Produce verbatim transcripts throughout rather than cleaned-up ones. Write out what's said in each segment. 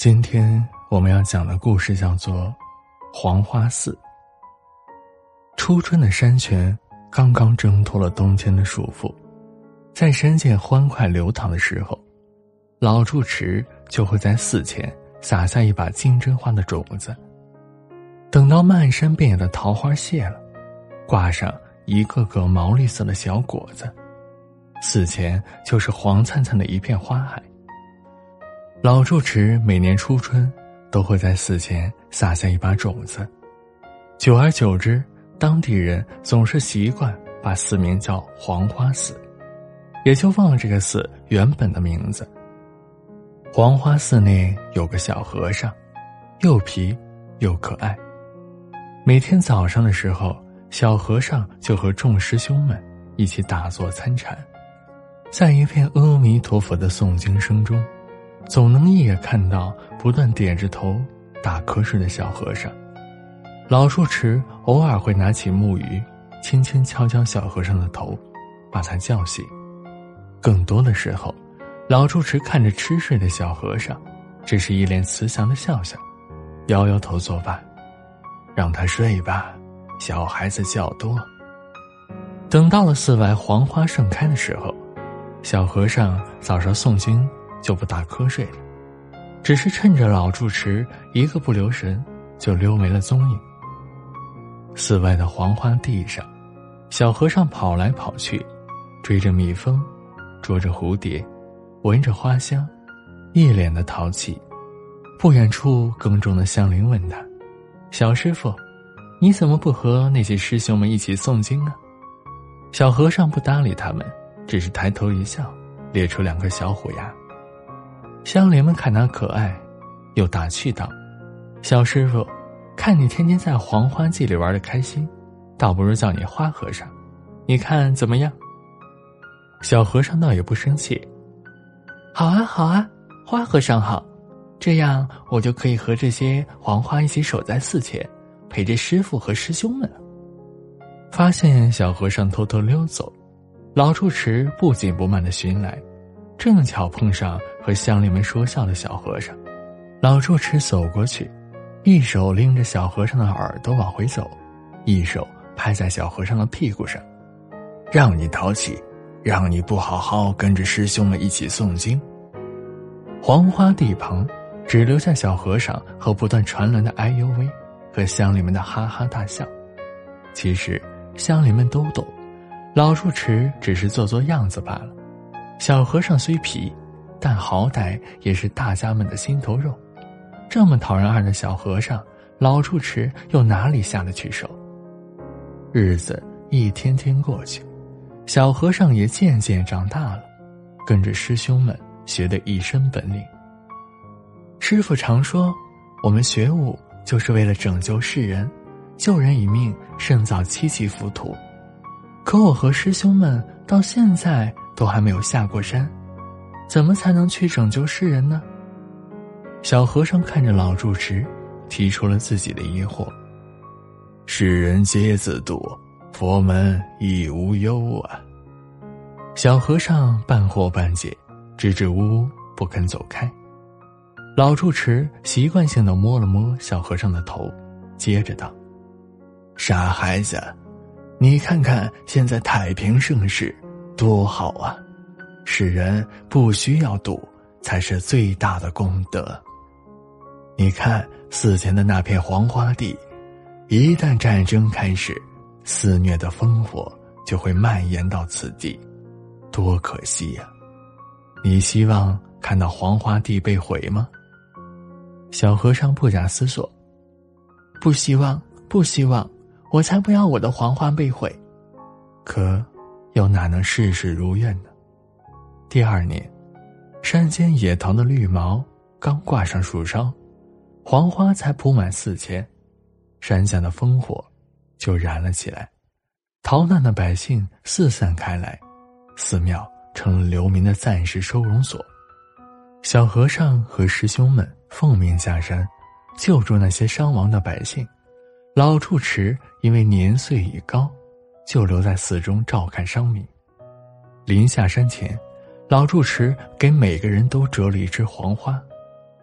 今天我们要讲的故事叫做黄花寺。初春的山泉刚刚挣脱了冬天的束缚，在山涧欢快流淌的时候，老住持就会在寺前撒下一把金针花的种子。等到漫山遍野的桃花谢了，挂上一个个毛绿色的小果子，寺前就是黄灿灿的一片花海。老住持每年初春都会在寺前撒下一把种子，久而久之，当地人总是习惯把寺名叫黄花寺，也就忘了这个寺原本的名字。黄花寺内有个小和尚，又皮又可爱。每天早上的时候，小和尚就和众师兄们一起打坐参禅，在一片阿弥陀佛的诵经声中，总能一眼看到不断点着头打瞌睡的小和尚。老住持偶尔会拿起木鱼，轻轻敲敲小和尚的头，把他叫醒。更多的时候，老住持看着吃睡的小和尚，只是一脸慈祥的笑笑，摇摇头作罢，让他睡吧，小孩子觉多。等到了寺外黄花盛开的时候，小和尚早上诵经就不打瞌睡了，只是趁着老住持一个不留神就溜没了踪影。寺外的黄花地上，小和尚跑来跑去，追着蜜蜂，捉着蝴蝶，闻着花香，一脸的淘气。不远处耕种的香菱问他：小师傅，你怎么不和那些师兄们一起诵经啊？小和尚不搭理他们，只是抬头一笑，咧出两颗小虎牙。香菱们看他可爱，又打趣道：小师傅，看你天天在黄花季里玩得开心，倒不如叫你花和尚，你看怎么样？小和尚倒也不生气：好啊好啊，花和尚好，这样我就可以和这些黄花一起守在寺前，陪着师父和师兄们了。发现小和尚偷偷溜走，老住持不紧不慢地寻来，正巧碰上和乡邻们说笑的小和尚。老住持走过去，一手拎着小和尚的耳朵往回走，一手拍在小和尚的屁股上：让你淘气，让你不好好跟着师兄们一起诵经。黄花地旁只留下小和尚和不断传来的哎呦喂和乡邻们的哈哈大笑。其实乡邻们都懂，老住持只是做做样子罢了。小和尚虽皮，但好歹也是大家们的心头肉，这么讨人爱的小和尚，老住持又哪里下得去手？日子一天天过去，小和尚也渐渐长大了，跟着师兄们学得一身本领。师父常说，我们学武就是为了拯救世人，救人一命胜造七级浮屠。可我和师兄们到现在都还没有下过山，怎么才能去拯救世人呢？小和尚看着老住持，提出了自己的疑惑：世人皆自度，佛门亦无忧啊。小和尚半惑半解，支支吾吾不肯走开。老住持习惯性地摸了摸小和尚的头，接着道：傻孩子，你看看现在太平盛世多好啊，世人不需要度才是最大的功德。你看寺前的那片黄花地，一旦战争开始，肆虐的烽火就会蔓延到此地，多可惜呀！你希望看到黄花地被毁吗？小和尚不假思索：不希望，不希望，我才不要我的黄花被毁。可又哪能事事如愿呢？第二年，山间野桃的绿毛刚挂上树梢，黄花才铺满寺前，山下的烽火就燃了起来，逃难的百姓四散开来，寺庙成了流民的暂时收容所。小和尚和师兄们奉命下山，救助那些伤亡的百姓。老住持因为年岁已高，就留在寺中照看伤民。临下山前，老住持给每个人都折了一枝黄花，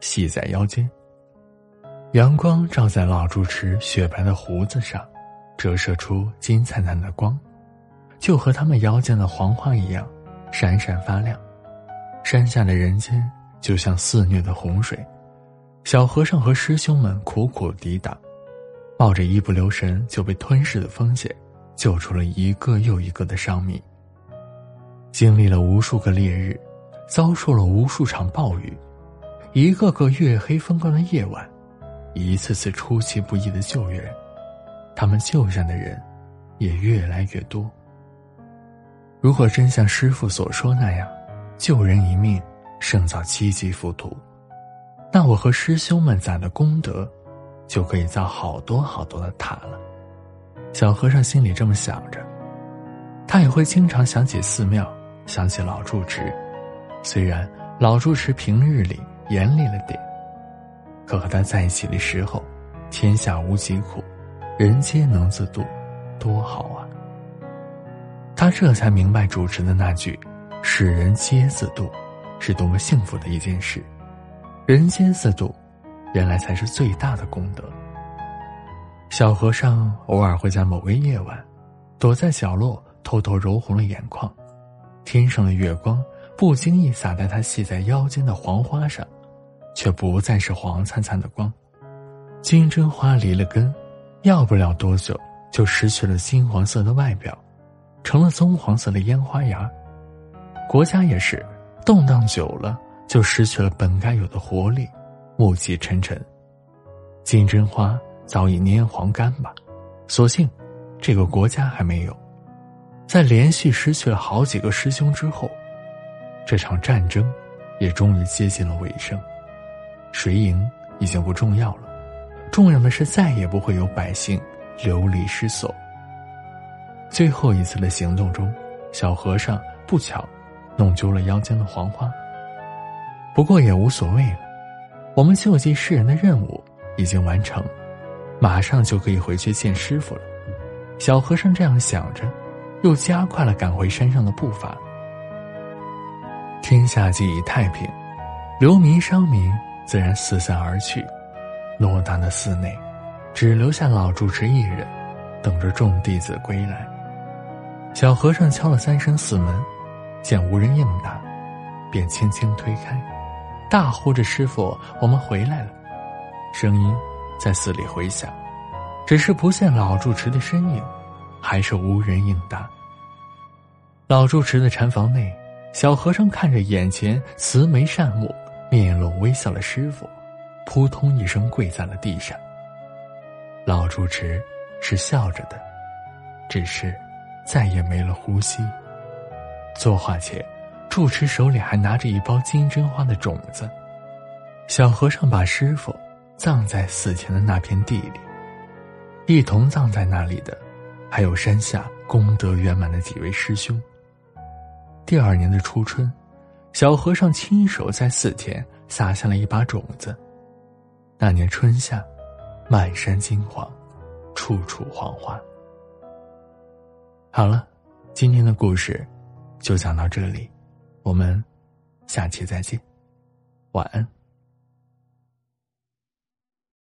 系在腰间。阳光照在老住持雪白的胡子上，折射出金灿灿的光，就和他们腰间的黄花一样闪闪发亮。山下的人间就像肆虐的洪水，小和尚和师兄们苦苦抵挡，冒着一不留神就被吞噬的风险，救出了一个又一个的伤民。经历了无数个烈日，遭受了无数场暴雨，一个个月黑风高的夜晚，一次次出其不意的救援，他们救下的人也越来越多。如果真像师父所说那样，救人一命胜造七级浮屠，那我和师兄们攒的功德就可以造好多好多的塔了。小和尚心里这么想着，他也会经常想起寺庙，想起老住持。虽然老住持平日里严厉了点，可和他在一起的时候，天下无疾苦，人皆能自度，多好啊。他这才明白主持的那句使人皆自度是多么幸福的一件事，人皆自度原来才是最大的功德。小和尚偶尔会在某个夜晚躲在角落偷偷揉红了眼眶，天上的月光不经意洒在他系在腰间的黄花上，却不再是黄灿灿的光。金针花离了根，要不了多久就失去了金黄色的外表，成了棕黄色的烟花芽。国家也是动荡久了，就失去了本该有的活力，暮气沉沉。金针花早已拈黄干吧，所幸这个国家还没有。在连续失去了好几个师兄之后，这场战争也终于接近了尾声。谁赢已经不重要了，重要的是再也不会有百姓流离失所。最后一次的行动中，小和尚不巧弄丢了腰间的黄花，不过也无所谓了，我们救济世人的任务已经完成，马上就可以回去见师父了。小和尚这样想着，又加快了赶回山上的步伐。天下既已太平，流民伤民自然四散而去，偌大的寺内只留下老住持一人，等着众弟子归来。小和尚敲了三声寺门，见无人应答，便轻轻推开，大呼着：“师父，我们回来了！”声音在寺里回响，只是不见老住持的身影，还是无人应答。老住持的禅房内，小和尚看着眼前慈眉善目、面露微笑的师父，扑通一声跪在了地上。老住持是笑着的，只是再也没了呼吸。作画前，住持手里还拿着一包金针花的种子。小和尚把师父葬在寺前的那片地里，一同葬在那里的还有山下功德圆满的几位师兄。第二年的初春，小和尚亲手在寺前撒下了一把种子。那年春夏，满山金黄，处处黄花。好了，今天的故事就讲到这里，我们下期再见，晚安。